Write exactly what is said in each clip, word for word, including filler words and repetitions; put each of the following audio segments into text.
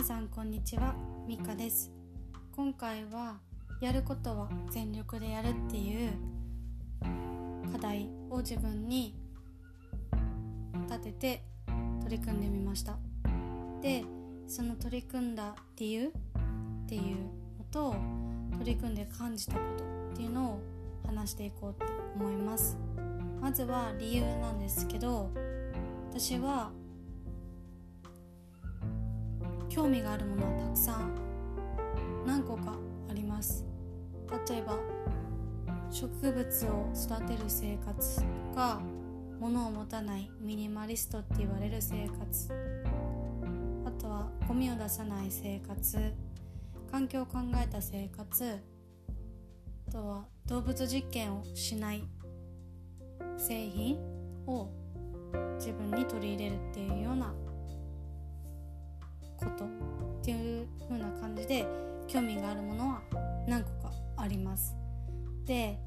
さんこんにちは、みかです。今回はやることは全力でやるっていう課題を自分に立てて取り組んでみました。で、その取り組んだ理由っていうのと取り組んで感じたことっていうのを話していこうって思います。まずは理由なんですけど、私は興味があるものはたくさん何個かあります。例えば植物を育てる生活とか、物を持たないミニマリストって言われる生活、あとはゴミを出さない生活、環境を考えた生活、あとは動物実験をしない製品を自分に取り入れるっていうようなことっていう風な感じで興味があるものは何個かあります。で、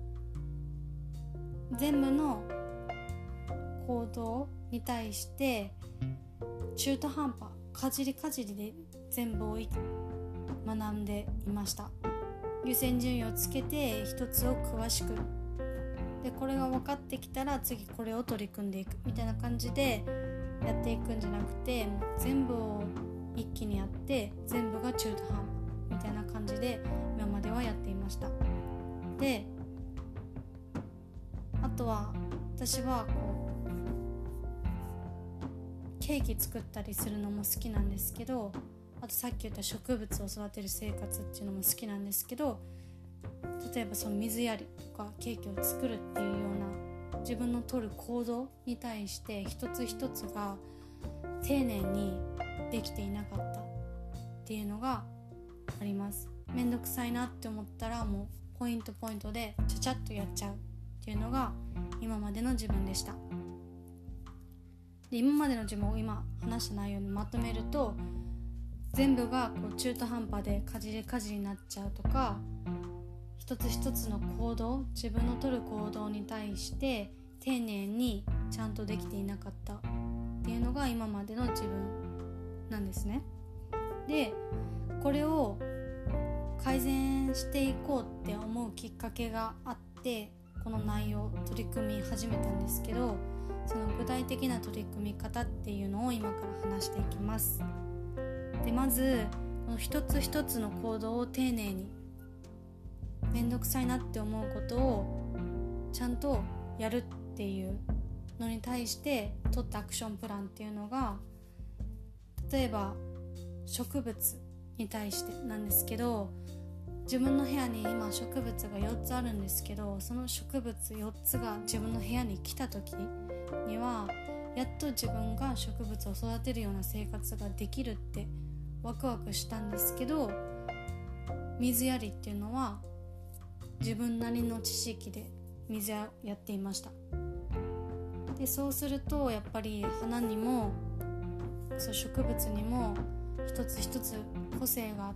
全部の行動に対して中途半端、かじりかじりで全部を学んでいました。優先順位をつけて一つを詳しく、でこれが分かってきたら次これを取り組んでいくみたいな感じでやっていくんじゃなくて、もう全部を一気にやって全部が中途半端みたいな感じで今まではやっていました。で、あとは私はこうケーキ作ったりするのも好きなんですけど、あとさっき言った植物を育てる生活っていうのも好きなんですけど、例えばその水やりとかケーキを作るっていうような自分の取る行動に対して一つ一つが丁寧にできていなかったっていうのがあります。めんどくさいなって思ったらもうポイントポイントでちゃちゃっとやっちゃうっていうのが今までの自分でした。で、今までの自分を今話した内容にまとめると、全部がこう中途半端でかじりかじりになっちゃうとか、一つ一つの行動、自分の取る行動に対して丁寧にちゃんとできていなかったっていうのが今までの自分なんですね。で、これを改善していこうって思うきっかけがあってこの内容を取り組み始めたんですけど、その具体的な取り組み方っていうのを今から話していきます。で、まずこの一つ一つの行動を丁寧に、めんどくさいなって思うことをちゃんとやるっていうのに対して取ったアクションプランっていうのが、例えば植物に対してなんですけど、自分の部屋に今植物がよっつあるんですけど、その植物よっつが自分の部屋に来た時にはやっと自分が植物を育てるような生活ができるってワクワクしたんですけど、水やりっていうのは自分なりの知識で水ややっていました。で、そうするとやっぱり花にもそう植物にも一つ一つ個性があって、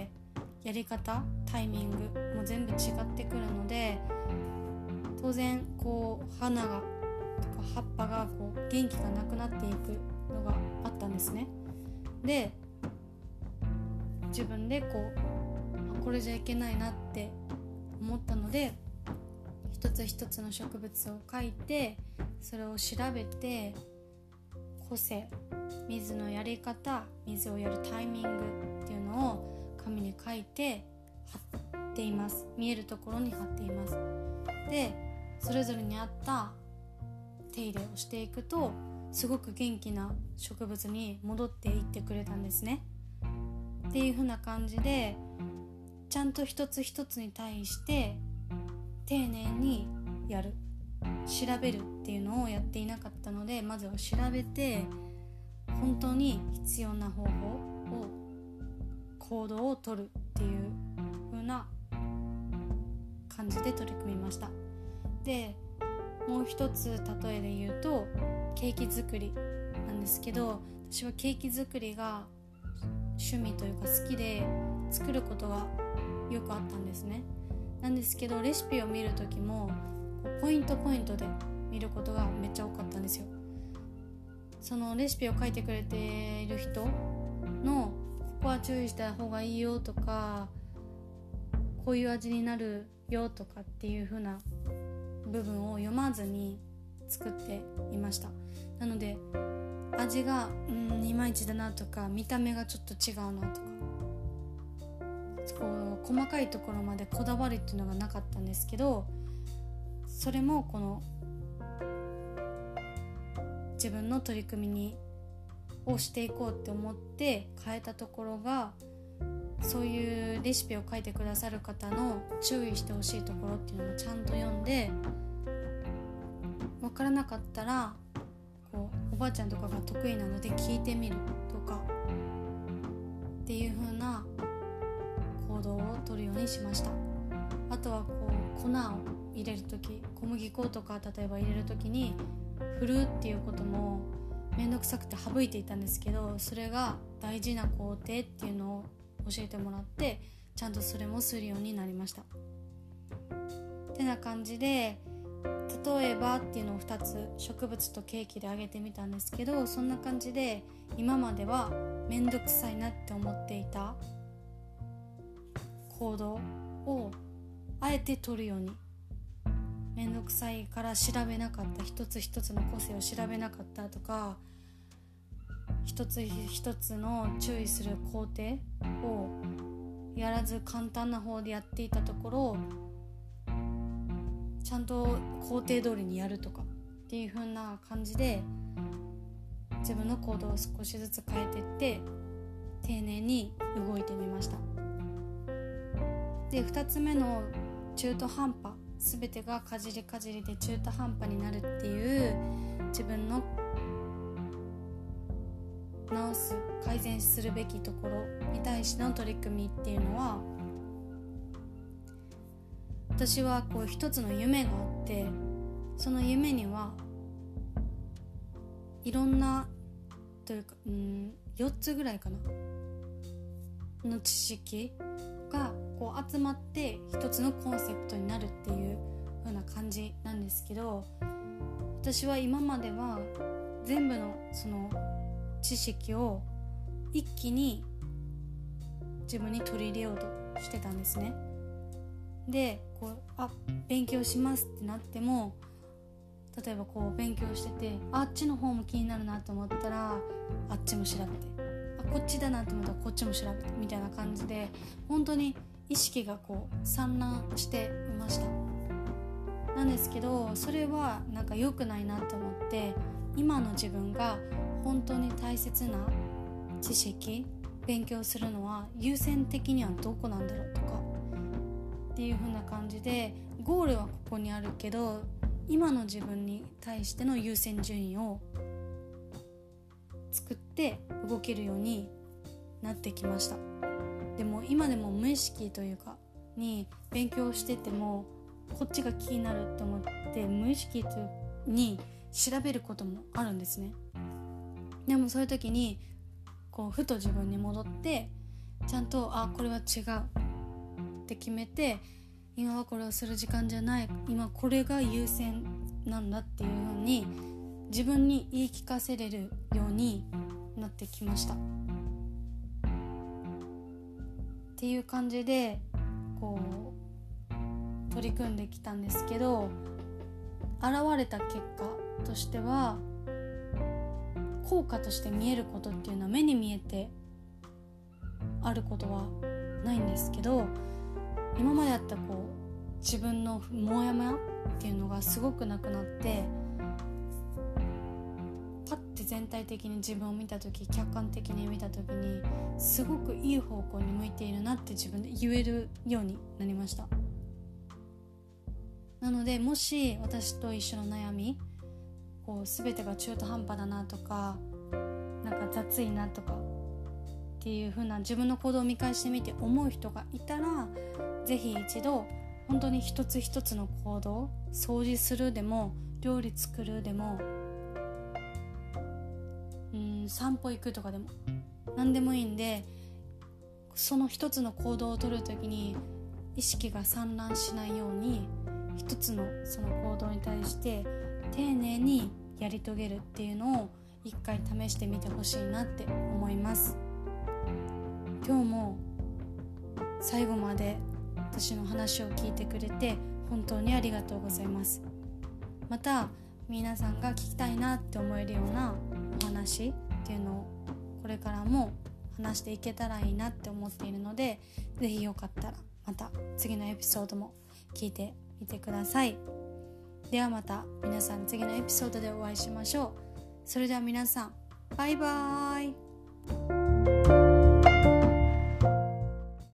やり方、タイミングも全部違ってくるので、当然こう花がとか葉っぱがこう元気がなくなっていくのがあったんですね。で、自分でこうこれじゃいけないなって思ったので、一つ一つの植物を描いて、それを調べて、個性、水のやり方、水をやるタイミングっていうのを紙に書いて貼っています。見えるところに貼っています。で、それぞれに合った手入れをしていくと、すごく元気な植物に戻っていってくれたんですね。っていう風な感じで、ちゃんと一つ一つに対して丁寧にやる、調べるっていうのをやっていなかったので、まずは調べて本当に必要な方法を、行動を取るっていう風な感じで取り組みました。で、もう一つ例えで言うとケーキ作りなんですけど、私はケーキ作りが趣味というか好きで作ることがよくあったんですね。なんですけど、レシピを見るときもポイントポイントで見ることがめっちゃ多かったんですよ。そのレシピを書いてくれている人のこは注意した方がいいよとか、こういう味になるよとかっていう風な部分を読まずに作っていました。なので味がうんいまいちだなとか、見た目がちょっと違うなとか、こう細かいところまでこだわりっていうのがなかったんですけど、それもこの自分の取り組みにをしていこうって思って変えたところが、そういうレシピを書いてくださる方の注意してほしいところっていうのもちゃんと読んで、分からなかったらこうおばあちゃんとかが得意なので聞いてみるとかっていう風な行動を取るようにしました。あとはこう粉を入れるとき、小麦粉とか例えば入れるときに振るっていうこともめんどくさくて省いていたんですけど、それが大事な工程っていうのを教えてもらって、ちゃんとそれもするようになりました。ってな感じで、例えばっていうのをふたつ、植物とケーキであげてみたんですけど、そんな感じで今まではめんどくさいなって思っていた行動をあえて取るように、めんどくさいから調べなかった、一つ一つの個性を調べなかったとか、一つ一つの注意する工程をやらず簡単な方でやっていたところ、ちゃんと工程通りにやるとかっていう風な感じで自分の行動を少しずつ変えていって丁寧に動いてみました。で、ふたつめの中途半端、全てがかじりかじりで中途半端になるっていう自分の直す改善するべきところに対しての取り組みっていうのは、私はこう一つの夢があって、その夢にはいろんなというか、うん、よっつぐらいかなの知識がこう集まって一つのコンセプトになるっていう風な感じなんですけど、私は今までは全部のその知識を一気に自分に取り入れようとしてたんですね。で、こうあ勉強しますってなっても、例えばこう勉強してて、あっちの方も気になるなと思ったらあっちも調べて、あこっちだなと思ったらこっちも調べてみたいな感じで、本当に意識がこう散乱していました。なんですけど、それはなんか良くないなと思って、今の自分が本当に大切な知識、勉強するのは優先的にはどこなんだろうとかっていう風な感じで、ゴールはここにあるけど今の自分に対しての優先順位を作って動けるようになってきました。でも今でも無意識というかに勉強しててもこっちが気になると思って無意識に調べることもあるんですね。でもそういう時にこうふと自分に戻ってちゃんとあこれは違うって決めて、今はこれをする時間じゃない、今これが優先なんだっていう風に自分に言い聞かせれるようになってきましたっていう感じでこう取り組んできたんですけど、現れた結果としては効果として見えることっていうのは目に見えてあることはないんですけど、今まであったこう自分のモヤモヤっていうのがすごくなくなって、パッて全体的に自分を見た時、客観的に見た時にすごくいい方向に向いているなって自分で言えるようになりました。なのでもし私と一緒の悩み、こう全てが中途半端だなとか、なんか雑いなとかっていう風な自分の行動を見返してみて思う人がいたら、ぜひ一度本当に一つ一つの行動、掃除するでも料理作るでもうん散歩行くとかでも何でもいいんで、その一つの行動を取るときに意識が散乱しないように一つのその行動に対して丁寧にやり遂げるっていうのを一回試してみてほしいなって思います。 今日も最後まで私の話を聞いてくれて本当にありがとうございます。また皆さんが聞きたいなって思えるようなお話っていうのをこれからも話していけたらいいなって思っているので、ぜひよかったらまた次のエピソードも聞いてみてください。ではまた皆さん次のエピソードでお会いしましょう。それでは皆さんバイバーイ。